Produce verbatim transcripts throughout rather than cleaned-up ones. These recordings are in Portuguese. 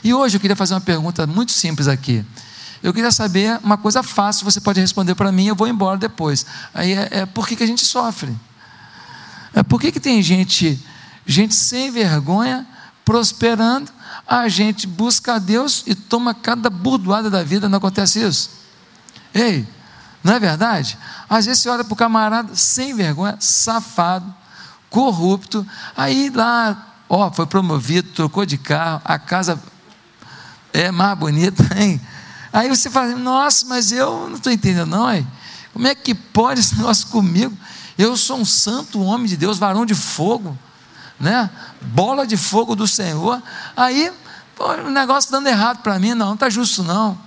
E hoje eu queria fazer uma pergunta muito simples aqui. Eu queria saber uma coisa fácil, você pode responder para mim, eu vou embora depois. Aí é, é por que, que a gente sofre? É por que, que tem gente, gente sem vergonha, prosperando, a gente busca a Deus e toma cada burdoada da vida, não acontece isso? Ei, não é verdade? Às vezes você olha para o camarada sem vergonha, safado, corrupto, aí lá, ó, foi promovido, trocou de carro, a casa é mais bonita, hein? Aí você fala, nossa, mas eu não estou entendendo não, hein? Como é que pode esse negócio comigo? Eu sou um santo homem de Deus, varão de fogo, né? Bola de fogo do Senhor. Aí, pô, o negócio dando errado para mim, não, não está justo não.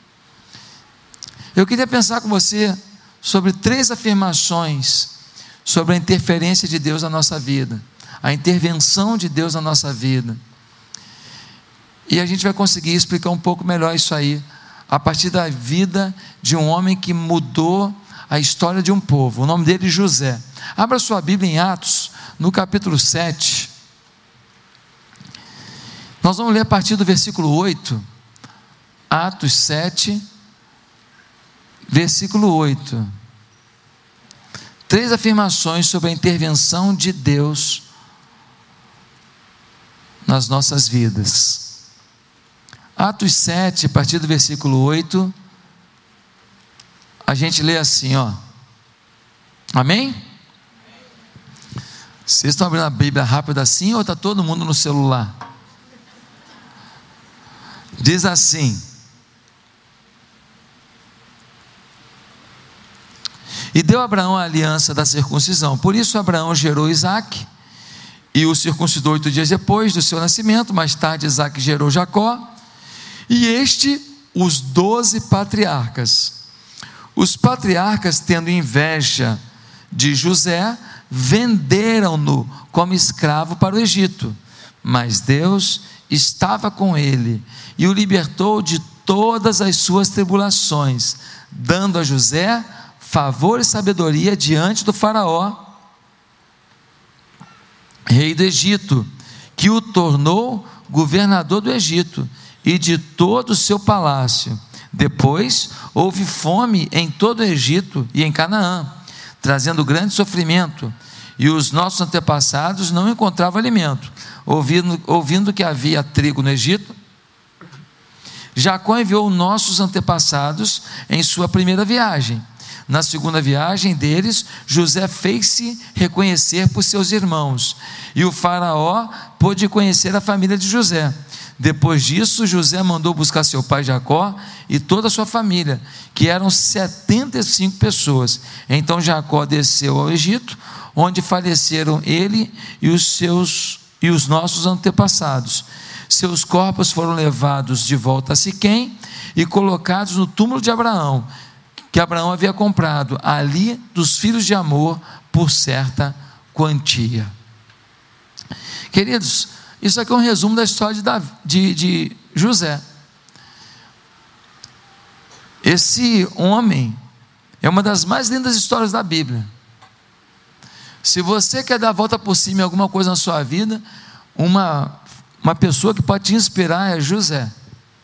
Eu queria pensar com você sobre três afirmações sobre a interferência de Deus na nossa vida, a intervenção de Deus na nossa vida, e a gente vai conseguir explicar um pouco melhor isso aí, a partir da vida de um homem que mudou a história de um povo. O nome dele é José. Abra sua Bíblia em Atos, no capítulo sete, nós vamos ler a partir do versículo oito, Atos sete, versículo oito, três afirmações sobre a intervenção de Deus nas nossas vidas. Atos sete, a partir do versículo oito, a gente lê assim, ó. Amém? Vocês estão abrindo a Bíblia rápido assim, ou está todo mundo no celular? Diz assim: e deu a Abraão a aliança da circuncisão, por isso Abraão gerou Isaque, e o circuncidou oito dias depois do seu nascimento. Mais tarde Isaque gerou Jacó, e este os doze patriarcas. Os patriarcas, tendo inveja de José, venderam-no como escravo para o Egito, mas Deus estava com ele e o libertou de todas as suas tribulações, dando a José favor e sabedoria diante do faraó, rei do Egito, que o tornou governador do Egito e de todo o seu palácio. Depois houve fome em todo o Egito e em Canaã, trazendo grande sofrimento, e os nossos antepassados não encontravam alimento, ouvindo, ouvindo que havia trigo no Egito. Jacó enviou nossos antepassados em sua primeira viagem. Na segunda viagem deles, José fez-se reconhecer por seus irmãos, e o faraó pôde conhecer a família de José. Depois disso, José mandou buscar seu pai Jacó e toda a sua família, que eram setenta e cinco pessoas. Então Jacó desceu ao Egito, onde faleceram ele e os seus e os nossos antepassados. Seus corpos foram levados de volta a Siquém e colocados no túmulo de Abraão, que Abraão havia comprado ali dos filhos de Amor por certa quantia. Queridos, isso aqui é um resumo da história de, Davi, de, de José. Esse homem é uma das mais lindas histórias da Bíblia. Se você quer dar a volta por cima em alguma coisa na sua vida, uma, uma pessoa que pode te inspirar é José.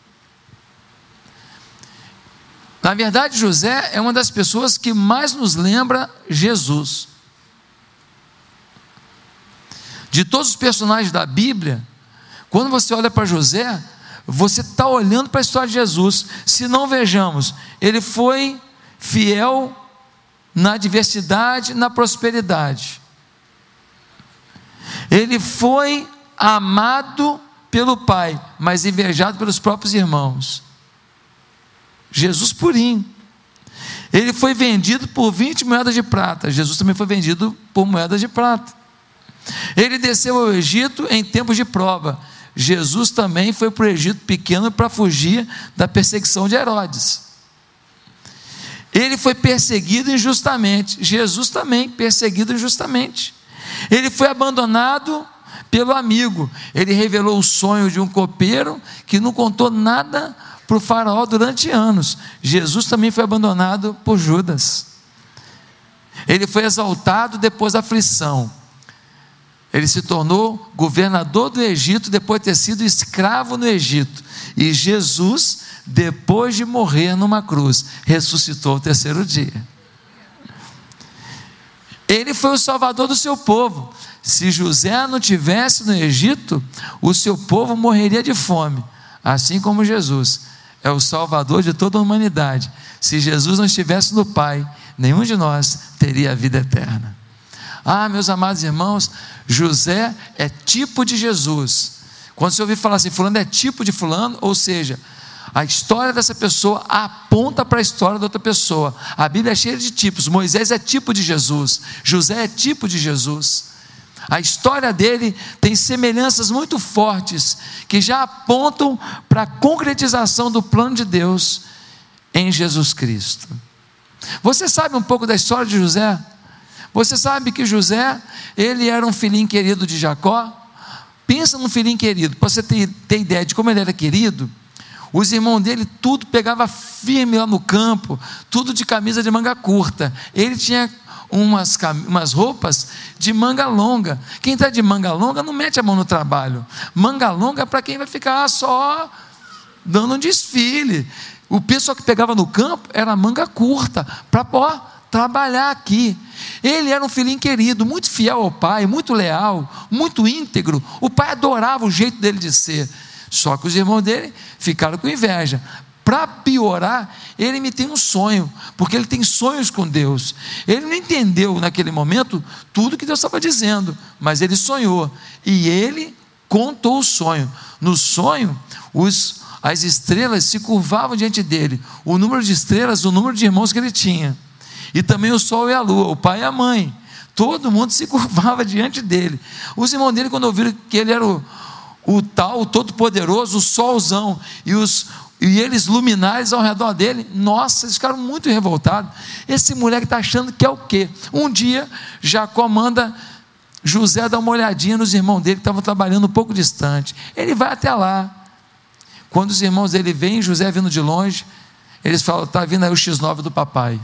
Na verdade, José é uma das pessoas que mais nos lembra Jesus. De todos os personagens da Bíblia, quando você olha para José, você está olhando para a história de Jesus. Se não, vejamos, ele foi fiel na adversidade, na prosperidade. Ele foi amado pelo Pai, mas invejado pelos próprios irmãos. Jesus purinho. Ele foi vendido por vinte moedas de prata. Jesus também foi vendido por moedas de prata. Ele desceu ao Egito em tempos de prova. Jesus também foi para o Egito pequeno para fugir da perseguição de Herodes. Ele foi perseguido injustamente. Jesus também perseguido injustamente. Ele foi abandonado pelo amigo. Ele revelou o sonho de um copeiro que não contou nada para o faraó durante anos. Jesus também foi abandonado por Judas. Ele foi exaltado depois da aflição. Ele se tornou governador do Egito depois de ter sido escravo no Egito. E Jesus, depois de morrer numa cruz, ressuscitou ao terceiro dia. Ele foi o salvador do seu povo. Se José não tivesse no Egito, o seu povo morreria de fome, assim como Jesus é o salvador de toda a humanidade. Se Jesus não estivesse no Pai, nenhum de nós teria a vida eterna. Ah, meus amados irmãos, José é tipo de Jesus. Quando você ouvir falar assim, fulano é tipo de fulano, ou seja, a história dessa pessoa aponta para a história da outra pessoa. A Bíblia é cheia de tipos. Moisés é tipo de Jesus, José é tipo de Jesus. A história dele tem semelhanças muito fortes, que já apontam para a concretização do plano de Deus em Jesus Cristo. Você sabe um pouco da história de José? Você sabe que José, ele era um filhinho querido de Jacó? Pensa num filhinho querido, para você ter, ter ideia de como ele era querido. Os irmãos dele, tudo pegava firme lá no campo, tudo de camisa de manga curta. Ele tinha umas, umas roupas de manga longa. Quem está de manga longa não mete a mão no trabalho. Manga longa é para quem vai ficar só dando um desfile. O pessoal que pegava no campo era manga curta, para pô, trabalhar aqui. Ele era um filhinho querido, muito fiel ao pai, muito leal, muito íntegro. O pai adorava o jeito dele de ser. Só que os irmãos dele ficaram com inveja. Para piorar, ele me tem um sonho, porque ele tem sonhos com Deus. Ele não entendeu naquele momento tudo que Deus estava dizendo, mas ele sonhou, e ele contou o sonho. No sonho, os, as estrelas se curvavam diante dele, o número de estrelas, o número de irmãos que ele tinha, e também o sol e a lua, o pai e a mãe, todo mundo se curvava diante dele. Os irmãos dele, quando ouviram que ele era o, o tal, o todo-poderoso, o solzão, e os e eles luminares ao redor dele, nossa, eles ficaram muito revoltados. Esse moleque está achando que é o quê? Um dia, Jacó manda José dar uma olhadinha nos irmãos dele, que estavam trabalhando um pouco distante. Ele vai até lá. Quando os irmãos dele vêm, José vindo de longe, eles falam, está vindo aí o X nove do papai,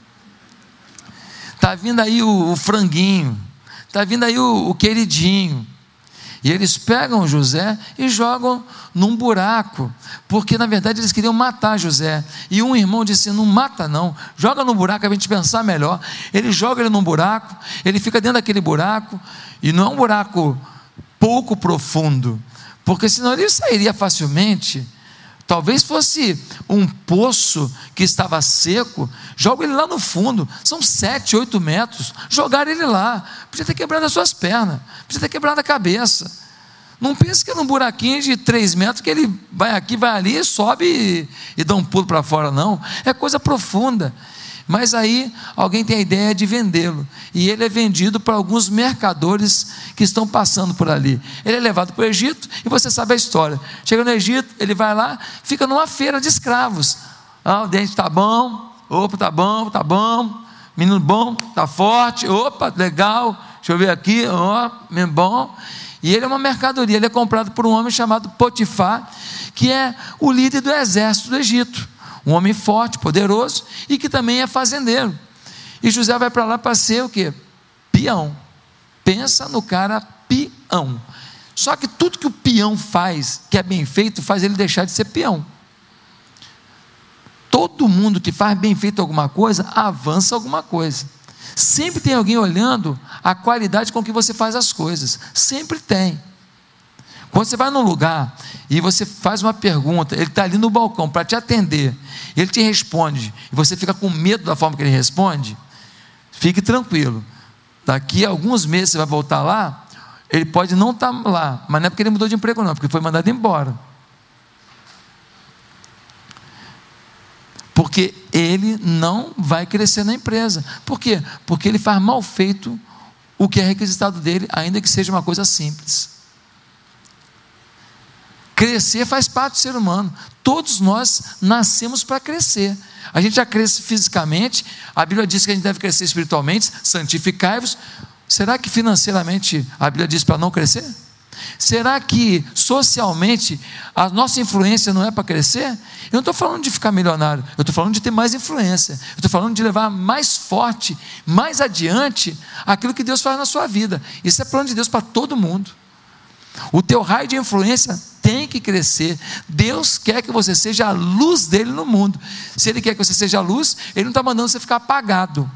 está vindo aí o, o franguinho, está vindo aí o, o queridinho. E eles pegam José e jogam num buraco, porque na verdade eles queriam matar José. E um irmão disse, não mata não, joga no buraco para a gente pensar melhor. Ele joga ele num buraco, ele fica dentro daquele buraco, e não é um buraco pouco profundo, porque senão ele sairia facilmente. Talvez fosse um poço que estava seco, joga ele lá no fundo, são sete, oito metros, jogaram ele lá, podia ter quebrado as suas pernas, podia ter quebrado a cabeça. Não pense que é num buraquinho de três metros que ele vai aqui, vai ali, sobe e, e dá um pulo para fora, não, é coisa profunda. Mas aí alguém tem a ideia de vendê-lo, e ele é vendido para alguns mercadores que estão passando por ali. Ele é levado para o Egito, e você sabe a história. Chega no Egito, ele vai lá, fica numa feira de escravos. Ah, o dente está bom, opa, está bom, está bom, menino bom, está forte, opa, legal, deixa eu ver aqui, ó, menino bom. E ele é uma mercadoria, ele é comprado por um homem chamado Potifar, que é o líder do exército do Egito. Um homem forte, poderoso, e que também é fazendeiro. E José vai para lá para ser o quê? Peão. Pensa no cara peão. Só que tudo que o peão faz, que é bem feito, faz ele deixar de ser peão. Todo mundo que faz bem feito alguma coisa, avança alguma coisa. Sempre tem alguém olhando a qualidade com que você faz as coisas. Sempre tem. Quando você vai num lugar e você faz uma pergunta, ele está ali no balcão para te atender, ele te responde, e você fica com medo da forma que ele responde, fique tranquilo, daqui a alguns meses você vai voltar lá, ele pode não estar lá, mas não é porque ele mudou de emprego não, porque foi mandado embora, porque ele não vai crescer na empresa. Por quê? Porque ele faz mal feito o que é requisitado dele, ainda que seja uma coisa simples. Crescer faz parte do ser humano. Todos nós nascemos para crescer. A gente já cresce fisicamente, a Bíblia diz que a gente deve crescer espiritualmente, santificai-vos. Será que financeiramente a Bíblia diz para não crescer? Será que socialmente a nossa influência não é para crescer? Eu não estou falando de ficar milionário, eu estou falando de ter mais influência, eu estou falando de levar mais forte, mais adiante aquilo que Deus faz na sua vida. Isso é plano de Deus para todo mundo. O teu raio de influência tem que crescer. Deus quer que você seja a luz dele no mundo. Se Ele quer que você seja a luz, Ele não está mandando você ficar apagado.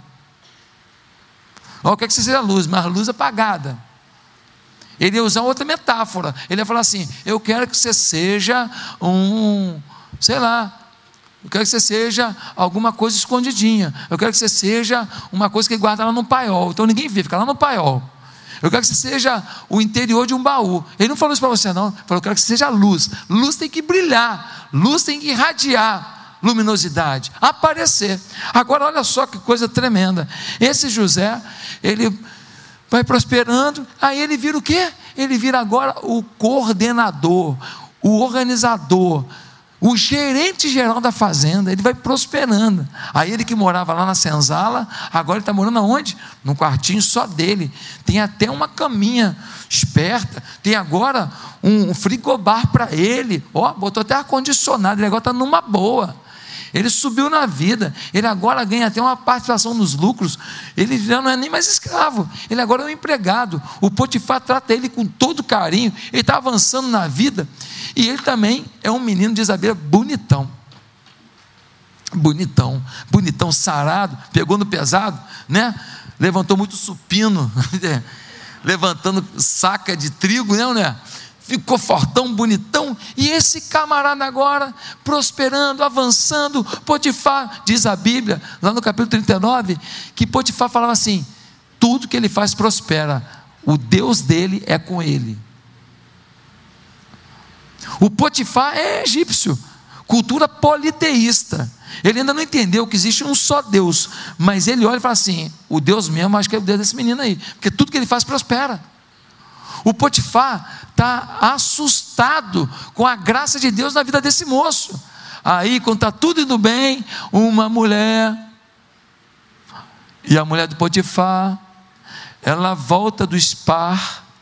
Ó, quer que você seja a luz, mas a luz apagada. Ele ia usar outra metáfora. Ele ia falar assim: eu quero que você seja um, sei lá, eu quero que você seja alguma coisa escondidinha. Eu quero que você seja uma coisa que guarda lá no paiol. Então ninguém vê, fica lá no paiol. Eu quero que você seja o interior de um baú. Ele não falou isso para você não. Ele falou: eu quero que você seja luz. Luz tem que brilhar, luz tem que irradiar luminosidade, aparecer. Agora olha só que coisa tremenda. Esse José, ele vai prosperando, aí ele vira o quê? Ele vira agora o coordenador, o organizador, o gerente geral da fazenda. Ele vai prosperando. Aí ele que morava lá na senzala, agora ele está morando aonde? Num quartinho só dele. Tem até uma caminha esperta, tem agora um frigobar para ele, ó, botou até ar-condicionado, ele agora está numa boa. Ele subiu na vida, ele agora ganha até uma participação nos lucros, ele já não é nem mais escravo, ele agora é um empregado. O Potifar trata ele com todo carinho, ele está avançando na vida, e ele também é um menino, diz a Bíblia, bonitão, bonitão, bonitão, sarado, pegou no pesado, né? Levantou muito supino, levantando saca de trigo, né, né? Ficou fortão, bonitão, e esse camarada agora, prosperando, avançando. Potifar, diz a Bíblia, lá no capítulo trinta e nove, que Potifar falava assim: tudo que ele faz prospera, o Deus dele é com ele. O Potifar é egípcio, cultura politeísta, ele ainda não entendeu que existe um só Deus, mas ele olha e fala assim: o Deus mesmo, acho que é o Deus desse menino aí, porque tudo que ele faz prospera. O Potifar está assustado com a graça de Deus na vida desse moço. Aí, quando está tudo indo bem, uma mulher, e a mulher do Potifar, ela volta do spa,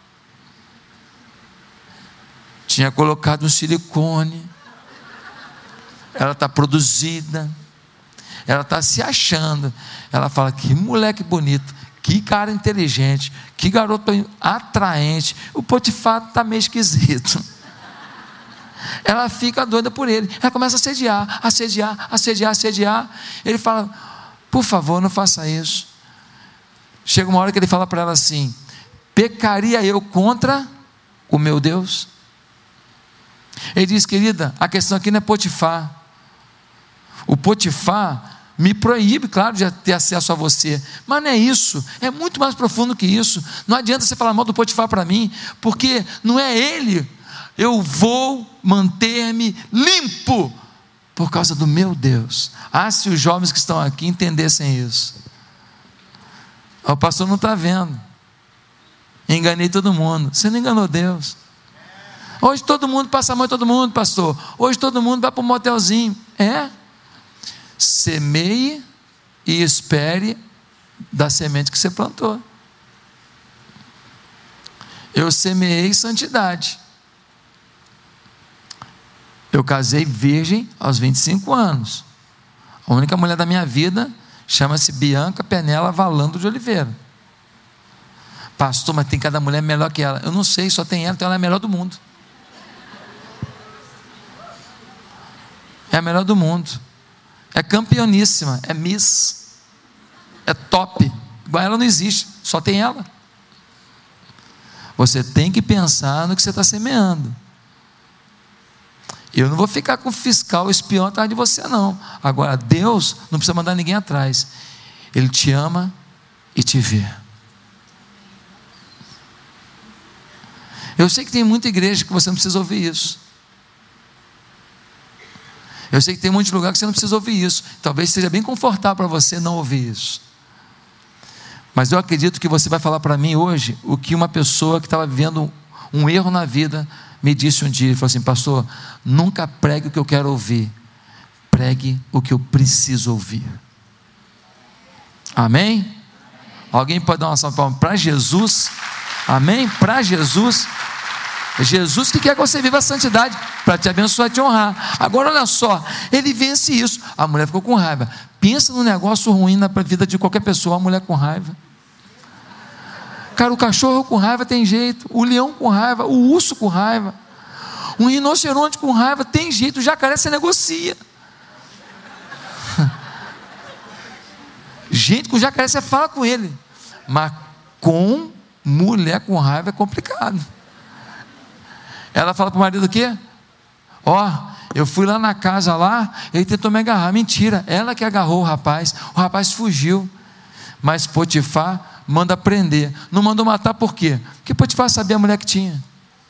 tinha colocado um silicone, ela está produzida, ela está se achando, ela fala: que moleque bonito, que cara inteligente, que garoto atraente. O Potifar está meio esquisito. Ela fica doida por ele, ela começa a assediar, assediar, assediar, assediar. Ele fala: por favor, não faça isso. Chega uma hora que ele fala para ela assim: pecaria eu contra o meu Deus? Ele diz: querida, a questão aqui não é Potifar. O Potifar me proíbe, claro, de ter acesso a você, mas não é isso, é muito mais profundo que isso. Não adianta você falar mal do Potifar para mim, porque não é ele. Eu vou manter-me limpo por causa do meu Deus. Ah, se os jovens que estão aqui entendessem isso. O pastor não está vendo, enganei todo mundo. Você não enganou Deus. Hoje todo mundo passa a mão em todo mundo, pastor. Hoje todo mundo vai para um motelzinho. É. Semeie e espere da semente que você plantou. Eu semeei santidade. Eu casei virgem aos vinte e cinco anos. A única mulher da minha vida chama-se Bianca Penela Valando de Oliveira. Pastor, mas tem cada mulher melhor que ela. Eu não sei, só tem ela, então ela é a melhor do mundo. É a melhor do mundo. É campeoníssima, é Miss, é top. Igual ela não existe, só tem ela. Você tem que pensar no que você está semeando. Eu não vou ficar com o fiscal espião atrás de você não. Agora Deus não precisa mandar ninguém atrás. Ele te ama e te vê. Eu sei que tem muita igreja que você não precisa ouvir isso. Eu sei que tem um monte de lugar que você não precisa ouvir isso. Talvez seja bem confortável para você não ouvir isso. Mas eu acredito que você vai falar para mim hoje o que uma pessoa que estava vivendo um erro na vida me disse um dia. Ele falou assim: pastor, nunca pregue o que eu quero ouvir, pregue o que eu preciso ouvir. Amém? Amém. Alguém pode dar uma salva de palmas para Jesus? Amém? Para Jesus. É Jesus que quer que você viva a santidade para te abençoar e te honrar. Agora olha só, ele vence isso. A mulher ficou com raiva. Pensa num negócio ruim na vida de qualquer pessoa, a mulher com raiva. Cara, o cachorro com raiva tem jeito, o leão com raiva, o urso com raiva, um rinoceronte com raiva tem jeito, o jacaré você negocia. Gente, com jacaré você fala com ele, mas com mulher com raiva é complicado. Ela fala para o marido o quê? Ó, oh, eu fui lá na casa lá, ele tentou me agarrar. Mentira, ela que agarrou o rapaz. O rapaz fugiu, mas Potifar manda prender. Não mandou matar por quê? Porque Potifar sabia a mulher que tinha.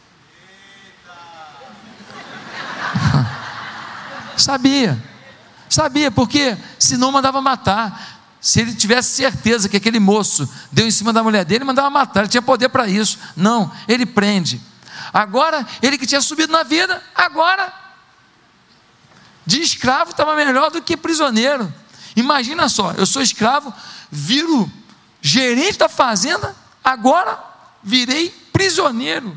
Sabia, sabia, porque senão mandava matar. Se ele tivesse certeza que aquele moço deu em cima da mulher dele, mandava matar, ele tinha poder para isso. Não, ele prende. Agora, ele que tinha subido na vida, agora, de escravo estava melhor do que prisioneiro. Imagina só, eu sou escravo, viro gerente da fazenda, agora virei prisioneiro.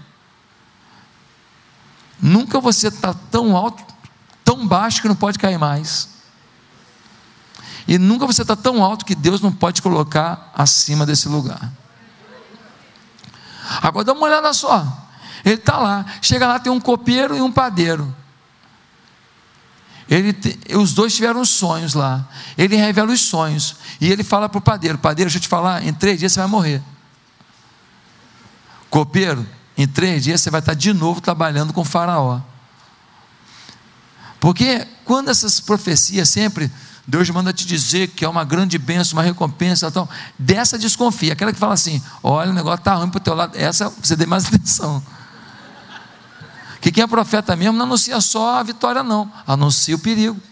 Nunca você está tão alto, tão baixo que não pode cair mais. E nunca você está tão alto que Deus não pode te colocar acima desse lugar. Agora dá uma olhada só. Ele está lá, chega lá, tem um copeiro e um padeiro. Ele te, os dois tiveram sonhos lá. Ele revela os sonhos. E ele fala para o padeiro: padeiro, deixa eu te falar, em três dias você vai morrer. Copeiro, em três dias você vai estar de novo trabalhando com o faraó. Porque quando essas profecias sempre, Deus manda te dizer que é uma grande bênção, uma recompensa, então, dessa desconfia. Aquela que fala assim: olha, o negócio está ruim para o teu lado, essa você dê mais atenção. Que quem é profeta mesmo não anuncia só a vitória não, anuncia o perigo.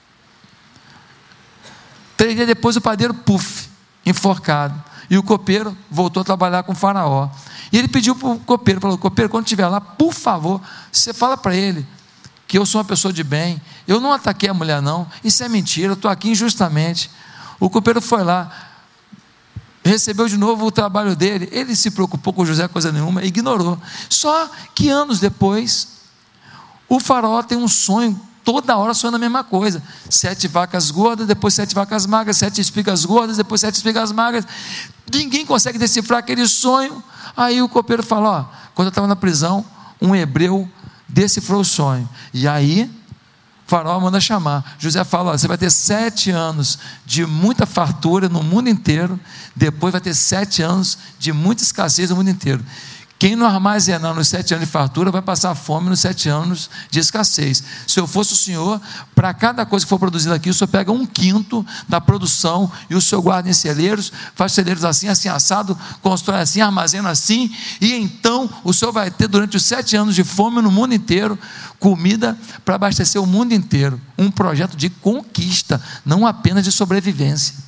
Três dias depois o padeiro, puf, enforcado, e o copeiro voltou a trabalhar com o faraó. E ele pediu para o copeiro, falou: copeiro, quando estiver lá, por favor, você fala para ele que eu sou uma pessoa de bem, eu não ataquei a mulher não, isso é mentira, eu estou aqui injustamente. O copeiro foi lá, recebeu de novo o trabalho dele, ele se preocupou com José coisa nenhuma, ignorou. Só que anos depois, o faraó tem um sonho, toda hora sonha a mesma coisa: sete vacas gordas, depois sete vacas magras, sete espigas gordas, depois sete espigas magras. Ninguém consegue decifrar aquele sonho. Aí o copeiro fala: ó, quando eu estava na prisão, um hebreu decifrou o sonho, e aí o faraó manda chamar. José fala: ó, você vai ter sete anos de muita fartura no mundo inteiro, depois vai ter sete anos de muita escassez no mundo inteiro. Quem não armazenar nos sete anos de fartura vai passar fome nos sete anos de escassez. Se eu fosse o senhor, para cada coisa que for produzida aqui, o senhor pega um quinto da produção e o senhor guarda em celeiros, faz celeiros assim, assim assado, constrói assim, armazena assim, e então o senhor vai ter durante os sete anos de fome no mundo inteiro, comida para abastecer o mundo inteiro. Um projeto de conquista, não apenas de sobrevivência.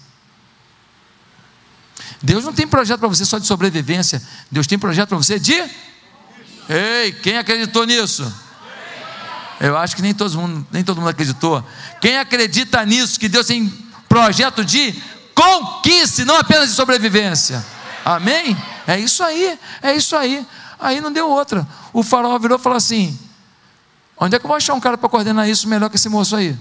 Deus não tem projeto para você só de sobrevivência, Deus tem projeto para você de... Ei, quem acreditou nisso? Eu acho que nem todo mundo, nem todo mundo acreditou. Quem acredita nisso, que Deus tem projeto de conquista, não apenas de sobrevivência? Amém? É isso aí, é isso aí. Aí não deu outra. O faraó virou e falou assim: onde é que eu vou achar um cara para coordenar isso melhor que esse moço aí?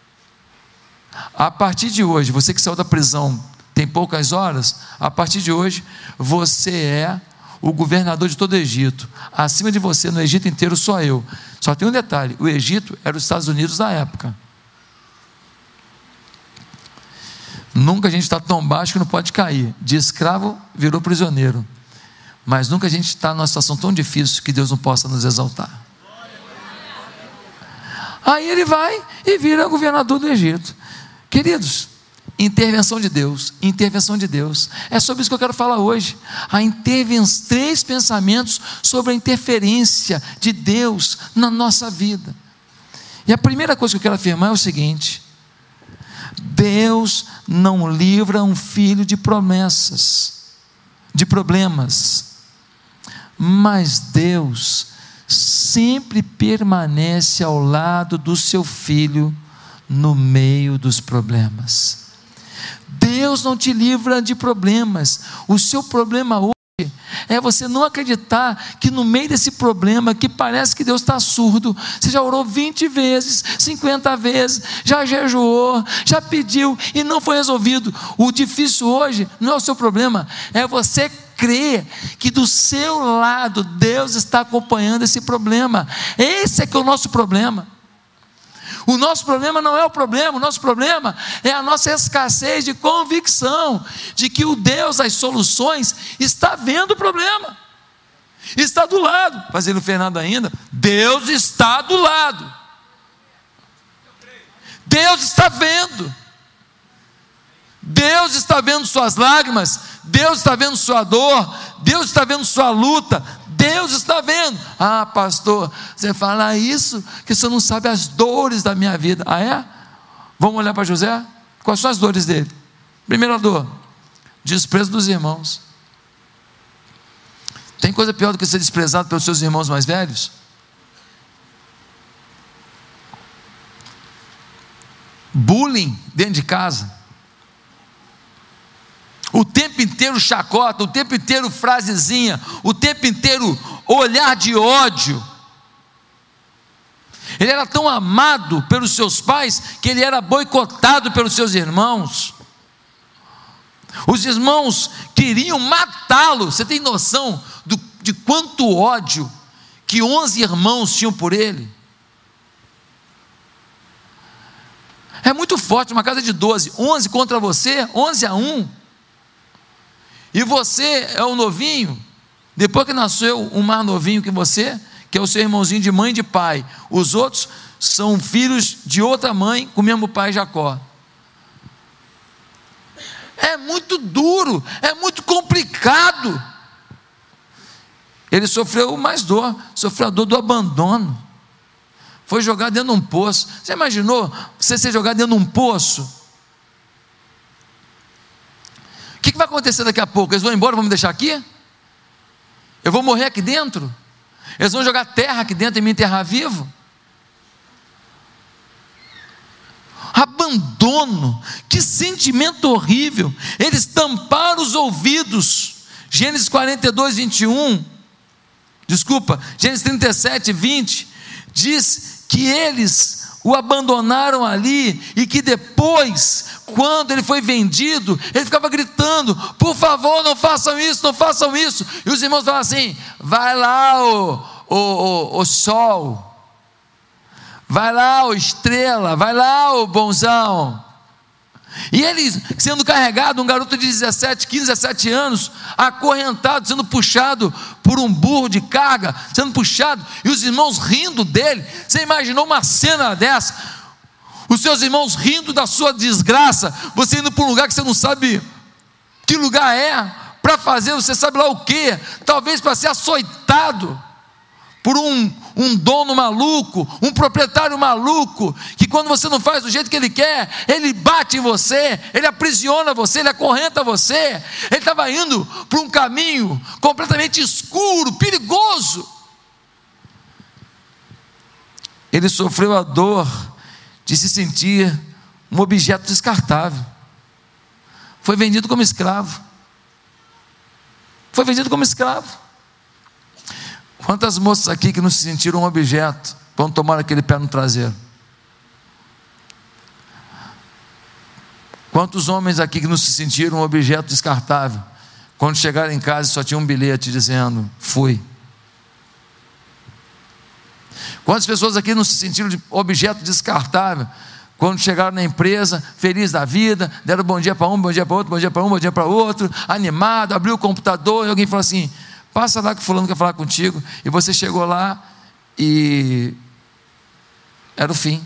A partir de hoje, você que saiu da prisão tem poucas horas, a partir de hoje, você é o governador de todo o Egito. Acima de você, no Egito inteiro, só eu. Só tem um detalhe: o Egito era os Estados Unidos da época. Nunca a gente está tão baixo que não pode cair. De escravo virou prisioneiro. Mas nunca a gente está numa situação tão difícil que Deus não possa nos exaltar. Aí ele vai e vira governador do Egito. Queridos, intervenção de Deus, intervenção de Deus, é sobre isso que eu quero falar hoje. A intervenção, três pensamentos sobre a interferência de Deus na nossa vida. E a primeira coisa que eu quero afirmar é o seguinte: Deus não livra um filho de promessas, de problemas, mas Deus sempre permanece ao lado do seu filho no meio dos problemas. Deus não te livra de problemas. O seu problema hoje é você não acreditar que no meio desse problema, que parece que Deus está surdo, você já orou vinte vezes, cinquenta vezes, já jejuou, já pediu e não foi resolvido. O difícil hoje não é o seu problema, é você crer que do seu lado Deus está acompanhando esse problema. Esse é que é o nosso problema. O nosso problema não é o problema, o nosso problema é a nossa escassez de convicção de que o Deus das soluções está vendo o problema, está do lado. Mas ele não fez nada ainda. Deus está do lado, Deus está vendo, Deus está vendo suas lágrimas, Deus está vendo sua dor, Deus está vendo sua luta, Deus está vendo. Ah, pastor, você fala isso, que você não sabe as dores da minha vida. Ah, é? Vamos olhar para José? Quais são as dores dele? Primeira dor, desprezo dos irmãos. Tem coisa pior do que ser desprezado pelos seus irmãos mais velhos? Bullying dentro de casa. O tempo inteiro chacota, o tempo inteiro frasezinha, o tempo inteiro olhar de ódio. Ele era tão amado pelos seus pais que ele era boicotado pelos seus irmãos. Os irmãos queriam matá-lo. Você tem noção do, de quanto ódio que onze irmãos tinham por ele? É muito forte, uma casa de doze, onze contra você, onze a um. E você é o novinho, depois que nasceu um mais novinho que você, que é o seu irmãozinho de mãe e de pai. Os outros são filhos de outra mãe com o mesmo pai, Jacó. É muito duro, é muito complicado. Ele sofreu mais dor, sofreu a dor do abandono. Foi jogado dentro de um poço. Você imaginou você ser jogado dentro de um poço? O que vai acontecer daqui a pouco? Eles vão embora, vão me deixar aqui? Eu vou morrer aqui dentro? Eles vão jogar terra aqui dentro e me enterrar vivo? Abandono, que sentimento horrível. Eles tamparam os ouvidos. Gênesis quarenta e dois, vinte e um, desculpa, Gênesis trinta e sete, vinte, diz que eles o abandonaram ali, e que depois, quando ele foi vendido, ele ficava gritando: por favor, não façam isso, não façam isso. E os irmãos falavam assim: vai lá o, o, o, o sol, vai lá o estrela, vai lá o bonzão. E ele sendo carregado, um garoto de dezessete, quinze, dezessete anos, acorrentado, sendo puxado por um burro de carga, sendo puxado, e os irmãos rindo dele. Você imaginou uma cena dessa? Os seus irmãos rindo da sua desgraça, você indo para um lugar que você não sabe que lugar é, para fazer você sabe lá o que, talvez para ser açoitado por um, um dono maluco, um proprietário maluco, que quando você não faz do jeito que ele quer, ele bate em você, ele aprisiona você, ele acorrenta você. Ele estava indo por um caminho completamente escuro, perigoso. Ele sofreu a dor de se sentir um objeto descartável. Foi vendido como escravo. Foi vendido como escravo. Quantas moças aqui que não se sentiram um objeto quando tomaram aquele pé no traseiro? Quantos homens aqui que não se sentiram um objeto descartável quando chegaram em casa e só tinha um bilhete dizendo: fui? Quantas pessoas aqui não se sentiram de objeto descartável quando chegaram na empresa, feliz da vida, deram bom dia para um, bom dia para outro, bom dia para um, bom dia para outro, animado, abriu o computador e alguém falou assim: passa lá que fulano quer falar contigo. E você chegou lá e era o fim.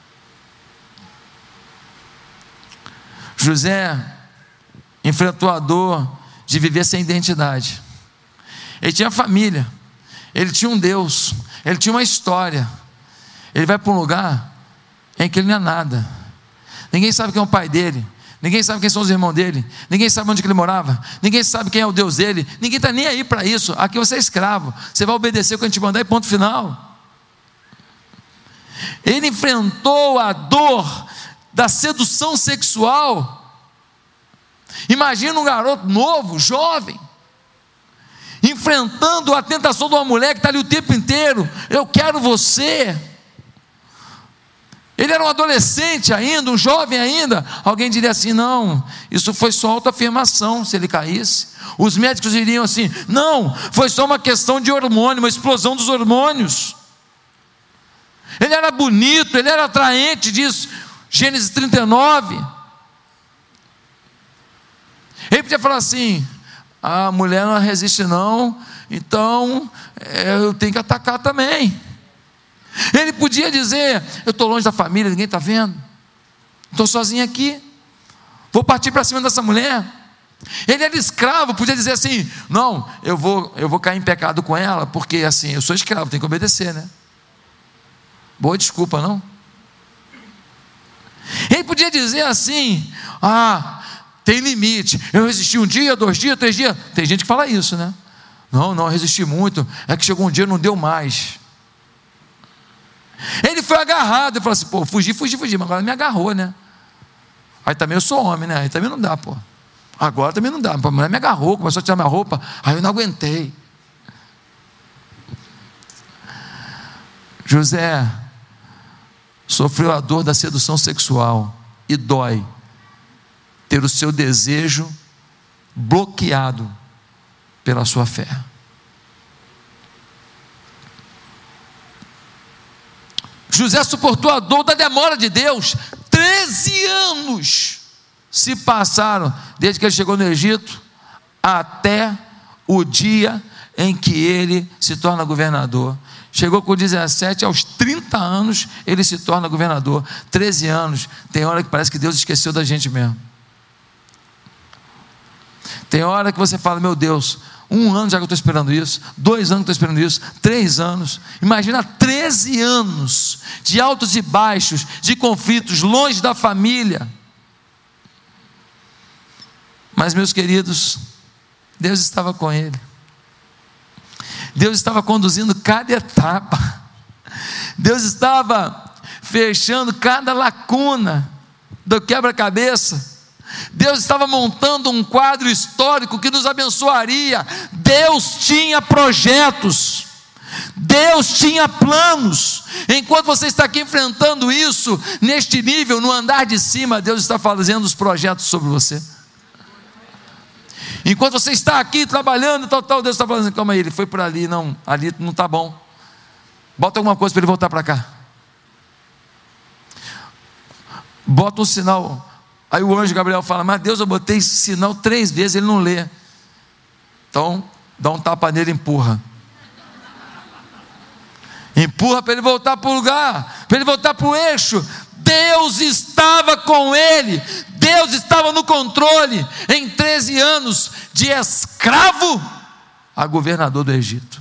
José enfrentou a dor de viver sem identidade. Ele tinha família, ele tinha um Deus, ele tinha uma história. Ele vai para um lugar em que ele não é nada. Ninguém sabe quem é o pai dele, ninguém sabe quem são os irmãos dele, ninguém sabe onde que ele morava, ninguém sabe quem é o Deus dele, ninguém está nem aí para isso. Aqui você é escravo, você vai obedecer o que a gente mandar e ponto final. Ele enfrentou a dor da sedução sexual. Imagina um garoto novo, jovem, enfrentando a tentação de uma mulher que está ali o tempo inteiro: eu quero você. Ele era um adolescente ainda, um jovem ainda. Alguém diria assim: não, isso foi só autoafirmação se ele caísse. Os médicos diriam assim: não, foi só uma questão de hormônio, uma explosão dos hormônios. Ele era bonito, ele era atraente, diz Gênesis trinta e nove. Ele podia falar assim: a mulher não resiste não, então eu tenho que atacar também. Ele podia dizer: eu estou longe da família, ninguém está vendo, estou sozinho aqui, vou partir para cima dessa mulher. Ele era escravo, podia dizer assim: não, eu vou, eu vou cair em pecado com ela, porque assim, eu sou escravo, tenho que obedecer, né? Boa desculpa, não? Ele podia dizer assim: ah, tem limite, eu resisti um dia, dois dias, três dias. Tem gente que fala isso, né? Não, não, eu resisti muito, é que chegou um dia, não deu mais. Ele foi agarrado, ele falou assim: pô, fugi, fugi, fugi, mas agora me agarrou, né? Aí também eu sou homem, né? Aí também não dá, pô. Agora também não dá, a mulher me agarrou, começou a tirar minha roupa, aí eu não aguentei. José sofreu a dor da sedução sexual, e dói ter o seu desejo bloqueado pela sua fé. José suportou a dor da demora de Deus. Treze anos se passaram desde que ele chegou no Egito até o dia em que ele se torna governador. Chegou com dezessete, aos trinta anos ele se torna governador. treze anos, tem hora que parece que Deus esqueceu da gente mesmo. Tem hora que você fala: meu Deus, um ano já que eu estou esperando isso, dois anos que eu estou esperando isso, três anos. Imagina treze anos de altos e baixos, de conflitos, longe da família. Mas, meus queridos, Deus estava com ele. Deus estava conduzindo cada etapa. Deus estava fechando cada lacuna do quebra-cabeça. Deus estava montando um quadro histórico que nos abençoaria. Deus tinha projetos, Deus tinha planos. Enquanto você está aqui enfrentando isso, neste nível, no andar de cima, Deus está fazendo os projetos sobre você. Enquanto você está aqui trabalhando, tal, tal, Deus está falando assim: calma aí, ele foi por ali, não, ali não está bom, bota alguma coisa para ele voltar para cá, bota um sinal. Aí o anjo Gabriel fala: mas Deus, eu botei sinal três vezes, ele não lê. Então dá um tapa nele e empurra. Empurra para ele voltar para o lugar, para ele voltar para o eixo. Deus estava com ele, Deus estava no controle. Em treze anos, de escravo a governador do Egito.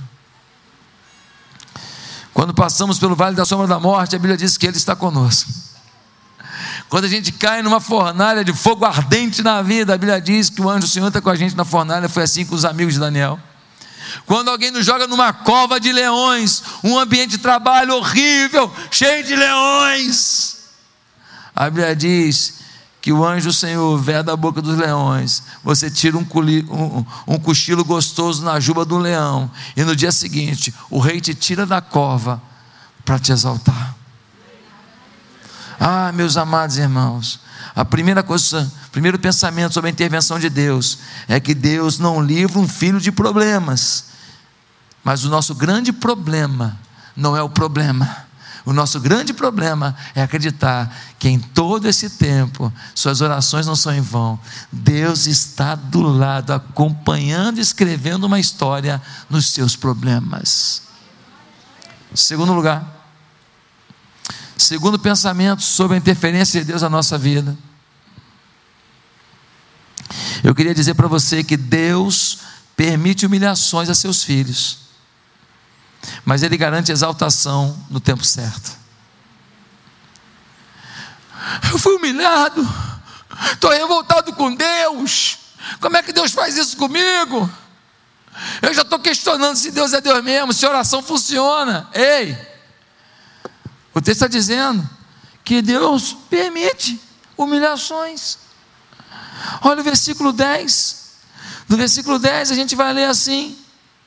Quando passamos pelo vale da sombra da morte, a Bíblia diz que ele está conosco. Quando a gente cai numa fornalha de fogo ardente na vida, a Bíblia diz que o anjo do Senhor está com a gente na fornalha. Foi assim com os amigos de Daniel. Quando alguém nos joga numa cova de leões, um ambiente de trabalho horrível, cheio de leões, a Bíblia diz que o anjo do Senhor vê da boca dos leões, você tira um, culi, um, um cochilo gostoso na juba do leão, e no dia seguinte o rei te tira da cova para te exaltar. Ah, meus amados irmãos, a primeira coisa, o primeiro pensamento sobre a intervenção de Deus é que Deus não livra um filho de problemas, mas o nosso grande problema não é o problema. O nosso grande problema é acreditar que em todo esse tempo suas orações não são em vão. Deus está do lado, acompanhando e escrevendo uma história nos seus problemas. Segundo lugar, segundo pensamento sobre a interferência de Deus na nossa vida, eu queria dizer para você que Deus permite humilhações a seus filhos, mas Ele garante exaltação no tempo certo. Eu fui humilhado, estou revoltado com Deus. Como é que Deus faz isso comigo? Eu já estou questionando se Deus é Deus mesmo, se a oração funciona. Ei, o texto está dizendo que Deus permite humilhações. Olha o versículo dez. No versículo dez a gente vai ler assim: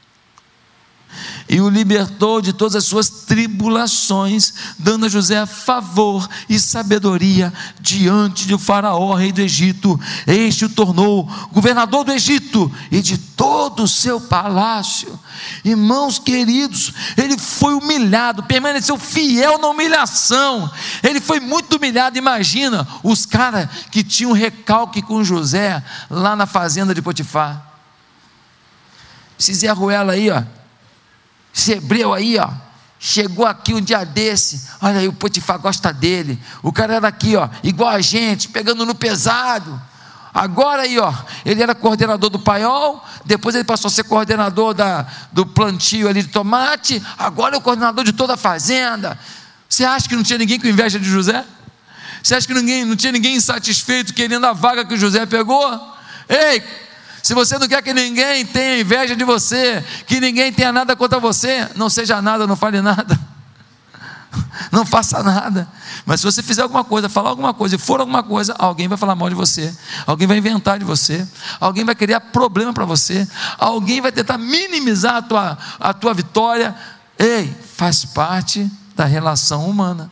e o libertou de todas as suas tribulações, dando a José favor e sabedoria diante do faraó, rei do Egito. Este o tornou governador do Egito e de todo o seu palácio. Irmãos queridos, ele foi humilhado, permaneceu fiel na humilhação. Ele foi muito humilhado. Imagina os caras que tinham recalque com José lá na fazenda de Potifar. Esse Zé Ruela aí, ó, esse hebreu aí, ó, chegou aqui um dia desse, olha aí, o Potifar gosta dele, o cara era aqui, ó, igual a gente, pegando no pesado. Agora aí, ó, ele era coordenador do paiol, depois ele passou a ser coordenador da, do plantio ali de tomate, agora é o coordenador de toda a fazenda. Você acha que não tinha ninguém com inveja de José? Você acha que ninguém, não tinha ninguém insatisfeito querendo a vaga que o José pegou? Ei, se você não quer que ninguém tenha inveja de você, que ninguém tenha nada contra você, não seja nada, não fale nada, não faça nada. Mas se você fizer alguma coisa, falar alguma coisa e for alguma coisa, alguém vai falar mal de você, alguém vai inventar de você, alguém vai criar problema para você, alguém vai tentar minimizar a tua, a tua vitória. Ei, faz parte da relação humana.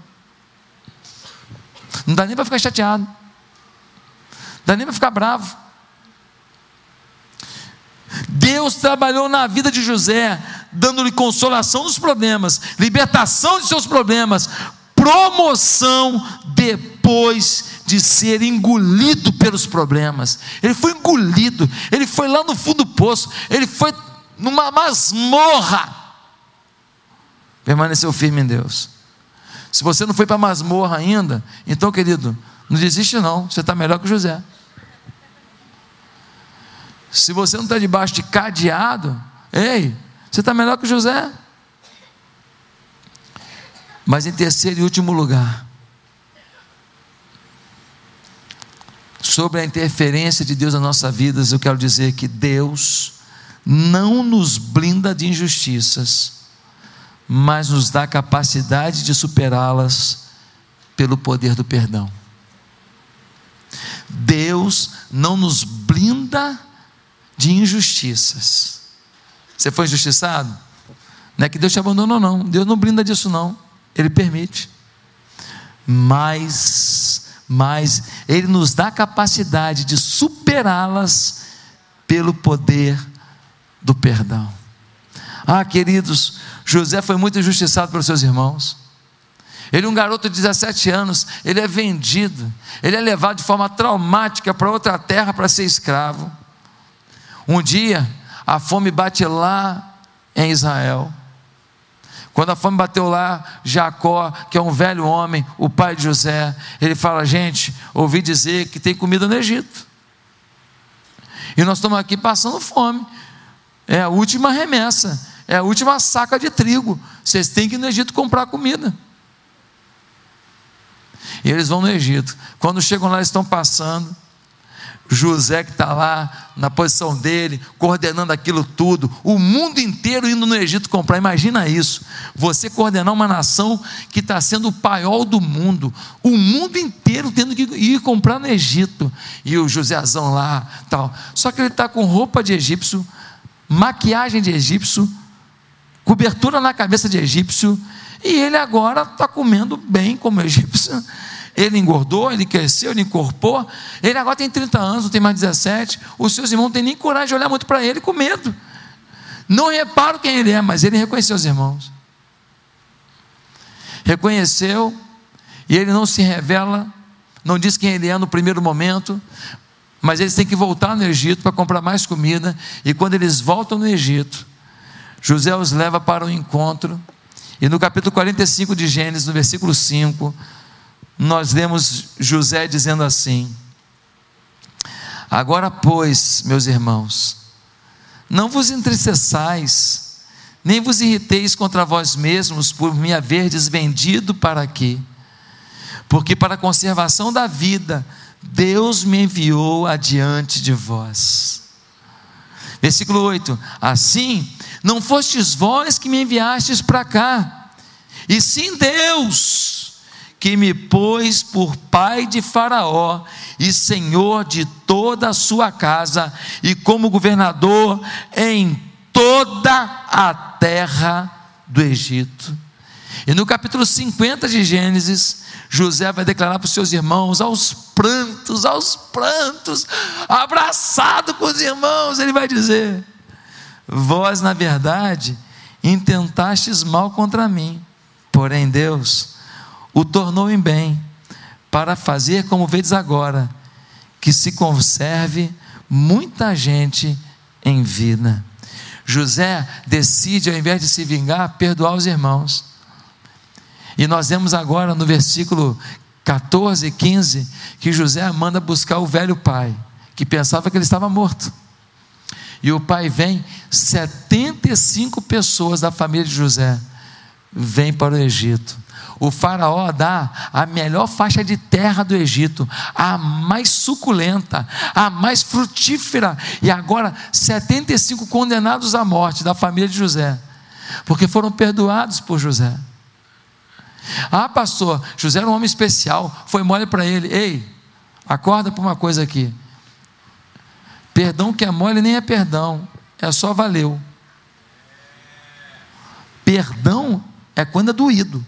Não dá nem para ficar chateado, não dá nem para ficar bravo. Deus trabalhou na vida de José, dando-lhe consolação nos problemas, libertação de seus problemas, promoção depois de ser engolido pelos problemas. Ele foi engolido, ele foi lá no fundo do poço, ele foi numa masmorra, permaneceu firme em Deus. Se você não foi para a masmorra ainda, então, querido, não desiste não, você está melhor que José. Se você não está debaixo de cadeado, ei, você está melhor que José. Mas em terceiro e último lugar, sobre a interferência de Deus nas nossas vidas, eu quero dizer que Deus não nos blinda de injustiças, mas nos dá capacidade de superá-las pelo poder do perdão. Deus não nos blinda de injustiças. Você foi injustiçado? Não é que Deus te abandonou não, Deus não blinda disso não, Ele permite, mas, mas Ele nos dá a capacidade de superá-las pelo poder do perdão. Ah, queridos, José foi muito injustiçado pelos seus irmãos. Ele é um garoto de dezessete anos, ele é vendido, ele é levado de forma traumática para outra terra para ser escravo. Um dia, a fome bate lá em Israel. Quando a fome bateu lá, Jacó, que é um velho homem, o pai de José, ele fala: gente, ouvi dizer que tem comida no Egito, e nós estamos aqui passando fome, é a última remessa, é a última saca de trigo, vocês têm que ir no Egito comprar comida. E eles vão no Egito. Quando chegam lá, estão passando, José que está lá na posição dele, coordenando aquilo tudo, o mundo inteiro indo no Egito comprar. Imagina isso, você coordenar uma nação que está sendo o paiol do mundo, o mundo inteiro tendo que ir comprar no Egito, e o Josézão lá, tal. Só que ele está com roupa de egípcio, maquiagem de egípcio, cobertura na cabeça de egípcio, e ele agora está comendo bem como egípcio. Ele engordou, ele cresceu, ele incorporou, ele agora tem trinta anos, não tem mais dezessete, os seus irmãos não têm nem coragem de olhar muito para ele, com medo, não reparam quem ele é, mas ele reconheceu os irmãos, reconheceu, e ele não se revela, não diz quem ele é no primeiro momento, mas eles têm que voltar no Egito para comprar mais comida, e quando eles voltam no Egito, José os leva para o encontro, e no capítulo quarenta e cinco de Gênesis, no versículo cinco, nós lemos José dizendo assim: agora pois, meus irmãos, não vos entristeçais, nem vos irriteis contra vós mesmos por me haverdes vendido para aqui, porque para a conservação da vida Deus me enviou adiante de vós. Versículo oito: assim, não fostes vós que me enviastes para cá, e sim Deus, que me pôs por pai de Faraó e senhor de toda a sua casa, e como governador em toda a terra do Egito. E no capítulo cinquenta de Gênesis, José vai declarar para os seus irmãos, aos prantos, aos prantos, abraçado com os irmãos, ele vai dizer: vós, na verdade, intentastes mal contra mim, porém Deus o tornou em bem, para fazer como vedes agora, que se conserve muita gente em vida. José decide, ao invés de se vingar, perdoar os irmãos. E nós vemos agora no versículo catorze e quinze, que José manda buscar o velho pai, que pensava que ele estava morto. E o pai vem, setenta e cinco pessoas da família de José vêm para o Egito. O faraó dá a melhor faixa de terra do Egito, a mais suculenta, a mais frutífera, e agora setenta e cinco condenados à morte da família de José, porque foram perdoados por José. Ah, pastor, José era um homem especial, foi mole para ele. Ei, acorda para uma coisa aqui: perdão que é mole nem é perdão, é só valeu. Perdão é quando é doído.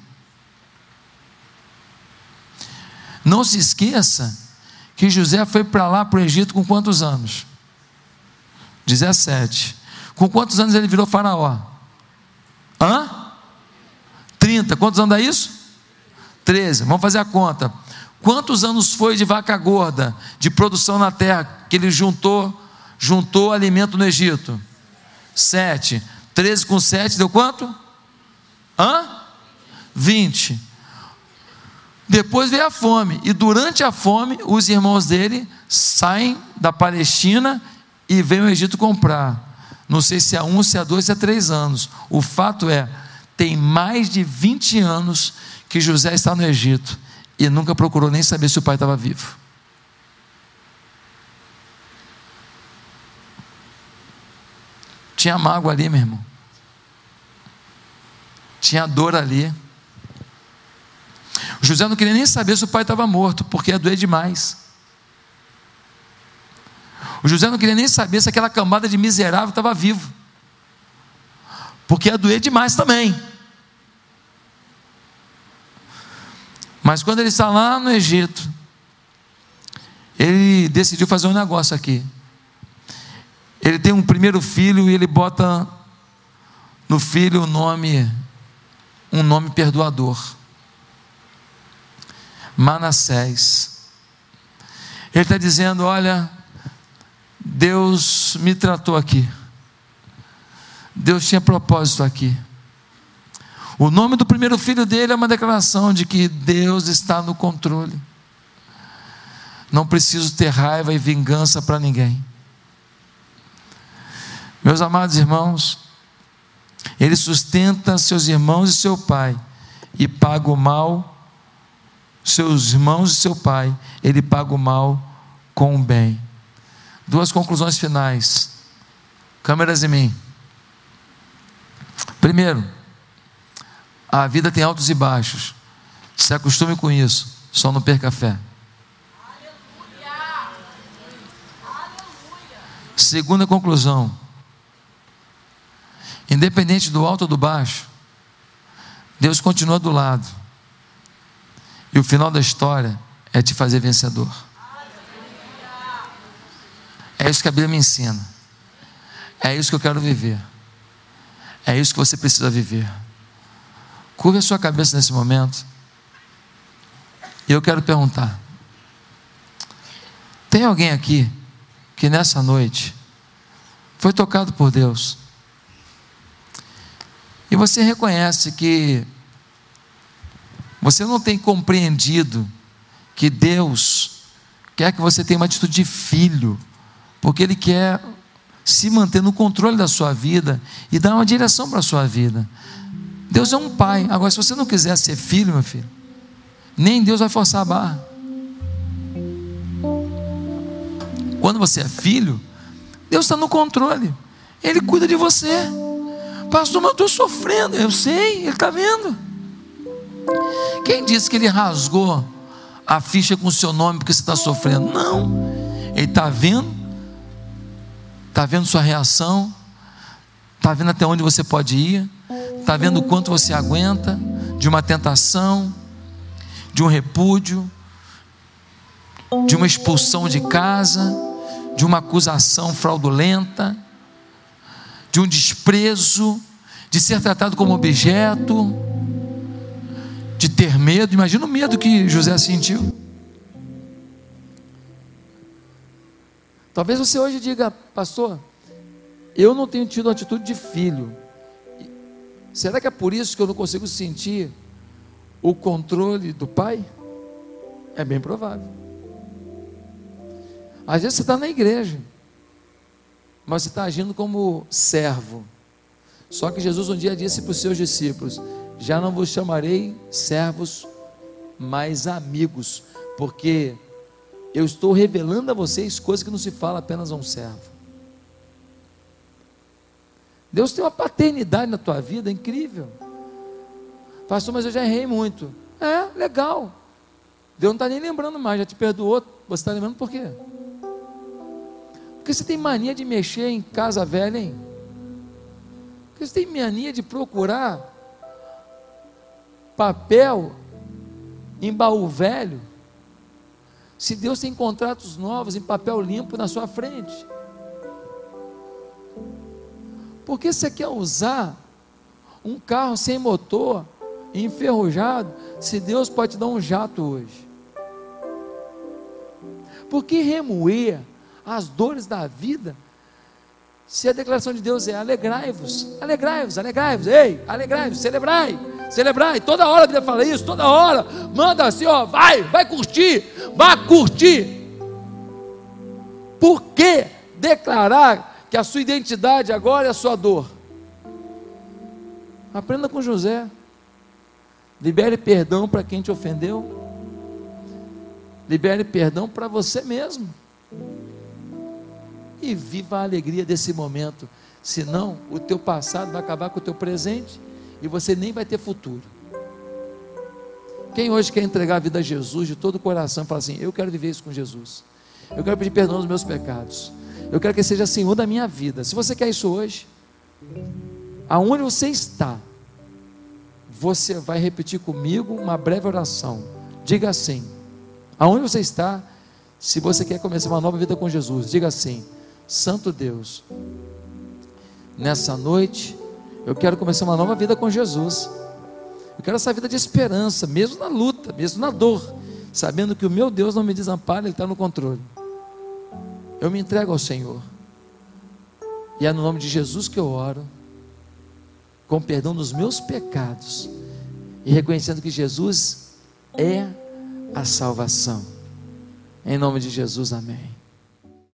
Não se esqueça que José foi para lá, para o Egito, com quantos anos? dezessete. Com quantos anos ele virou faraó? Hã? trinta. Quantos anos dá isso? treze. Vamos fazer a conta. Quantos anos foi de vaca gorda, de produção na terra, que ele juntou, juntou alimento no Egito? sete. treze com sete deu quanto? Hã? vinte. Depois veio a fome, e durante a fome, os irmãos dele saem da Palestina e vêm ao Egito comprar. Não sei se é um, se é dois, se é três anos. O fato é, tem mais de vinte anos que José está no Egito e nunca procurou nem saber se o pai estava vivo. Tinha mágoa ali, meu irmão. Tinha dor ali. José não queria nem saber se o pai estava morto, porque ia doer demais. O José não queria nem saber se aquela cambada de miserável estava vivo, porque ia doer demais também. Mas quando ele está lá no Egito, ele decidiu fazer um negócio aqui. Ele tem um primeiro filho e ele bota no filho o nome, um nome perdoador: Manassés. Ele está dizendo: olha, Deus me tratou aqui, Deus tinha propósito aqui. O nome do primeiro filho dele é uma declaração de que Deus está no controle. Não preciso ter raiva e vingança para ninguém. Meus amados irmãos, ele sustenta seus irmãos e seu pai, e paga o mal, seus irmãos e seu pai, ele paga o mal com o bem. Duas conclusões finais. Câmeras em mim. Primeiro, a vida tem altos e baixos. Se acostume com isso, só não perca a fé. Aleluia. Aleluia. Segunda conclusão: independente do alto ou do baixo, Deus continua do lado, e o final da história é te fazer vencedor. É isso que a Bíblia me ensina. É isso que eu quero viver. É isso que você precisa viver. Curva a sua cabeça nesse momento, e eu quero perguntar: tem alguém aqui que nessa noite foi tocado por Deus, e você reconhece que você não tem compreendido que Deus quer que você tenha uma atitude de filho, porque Ele quer se manter no controle da sua vida e dar uma direção para a sua vida? Deus é um pai. Agora, se você não quiser ser filho, meu filho, nem Deus vai forçar a barra. Quando você é filho, Deus está no controle, Ele cuida de você. Pastor, mas eu estou sofrendo. Eu sei, Ele está vendo. Quem disse que Ele rasgou a ficha com o seu nome porque você está sofrendo? Não, Ele está vendo, está vendo sua reação, Está vendo até onde você pode ir? Está vendo o quanto você aguenta de uma tentação, de um repúdio, de uma expulsão de casa, de uma acusação fraudulenta, de um desprezo, de ser tratado como objeto, de ter medo. Imagina o medo que José sentiu. Talvez você hoje diga: pastor, eu não tenho tido uma atitude de filho. Será que é por isso que eu não consigo sentir o controle do pai? É bem provável. Às vezes você está na igreja, mas você está agindo como servo. Só que Jesus um dia disse para os seus discípulos: já não vos chamarei servos, mas amigos, porque eu estou revelando a vocês coisas que não se fala apenas a um servo. Deus tem uma paternidade na tua vida incrível. Pastor, mas eu já errei muito. É, legal. Deus não está nem lembrando mais, já te perdoou. Você está lembrando por quê? Porque você tem mania de mexer em casa velha, hein? Porque você tem mania de procurar papel em baú velho, se Deus tem contratos novos em papel limpo na sua frente. Por que você quer usar um carro sem motor, enferrujado, se Deus pode te dar um jato hoje? Por que remoer as dores da vida, se a declaração de Deus é: alegrai-vos, alegrai-vos, alegrai-vos, ei, alegrai-vos, celebrai, celebrai, toda hora a Bíblia fala isso, toda hora, manda assim, ó, vai, vai curtir, vai curtir. Por que declarar que a sua identidade agora é a sua dor? Aprenda com José, libere perdão para quem te ofendeu, libere perdão para você mesmo, e viva a alegria desse momento, senão o teu passado vai acabar com o teu presente, e você nem vai ter futuro. Quem hoje quer entregar a vida a Jesus de todo o coração e fala assim: eu quero viver isso com Jesus, eu quero pedir perdão dos meus pecados, eu quero que Ele seja Senhor da minha vida. Se você quer isso hoje, aonde você está, você vai repetir comigo uma breve oração. Diga assim, aonde você está, se você quer começar uma nova vida com Jesus, diga assim: Santo Deus, nessa noite eu quero começar uma nova vida com Jesus. Eu quero essa vida de esperança, mesmo na luta, mesmo na dor, sabendo que o meu Deus não me desampara, Ele está no controle. Eu me entrego ao Senhor, e é no nome de Jesus que eu oro, com perdão dos meus pecados, e reconhecendo que Jesus é a salvação. Em nome de Jesus, amém.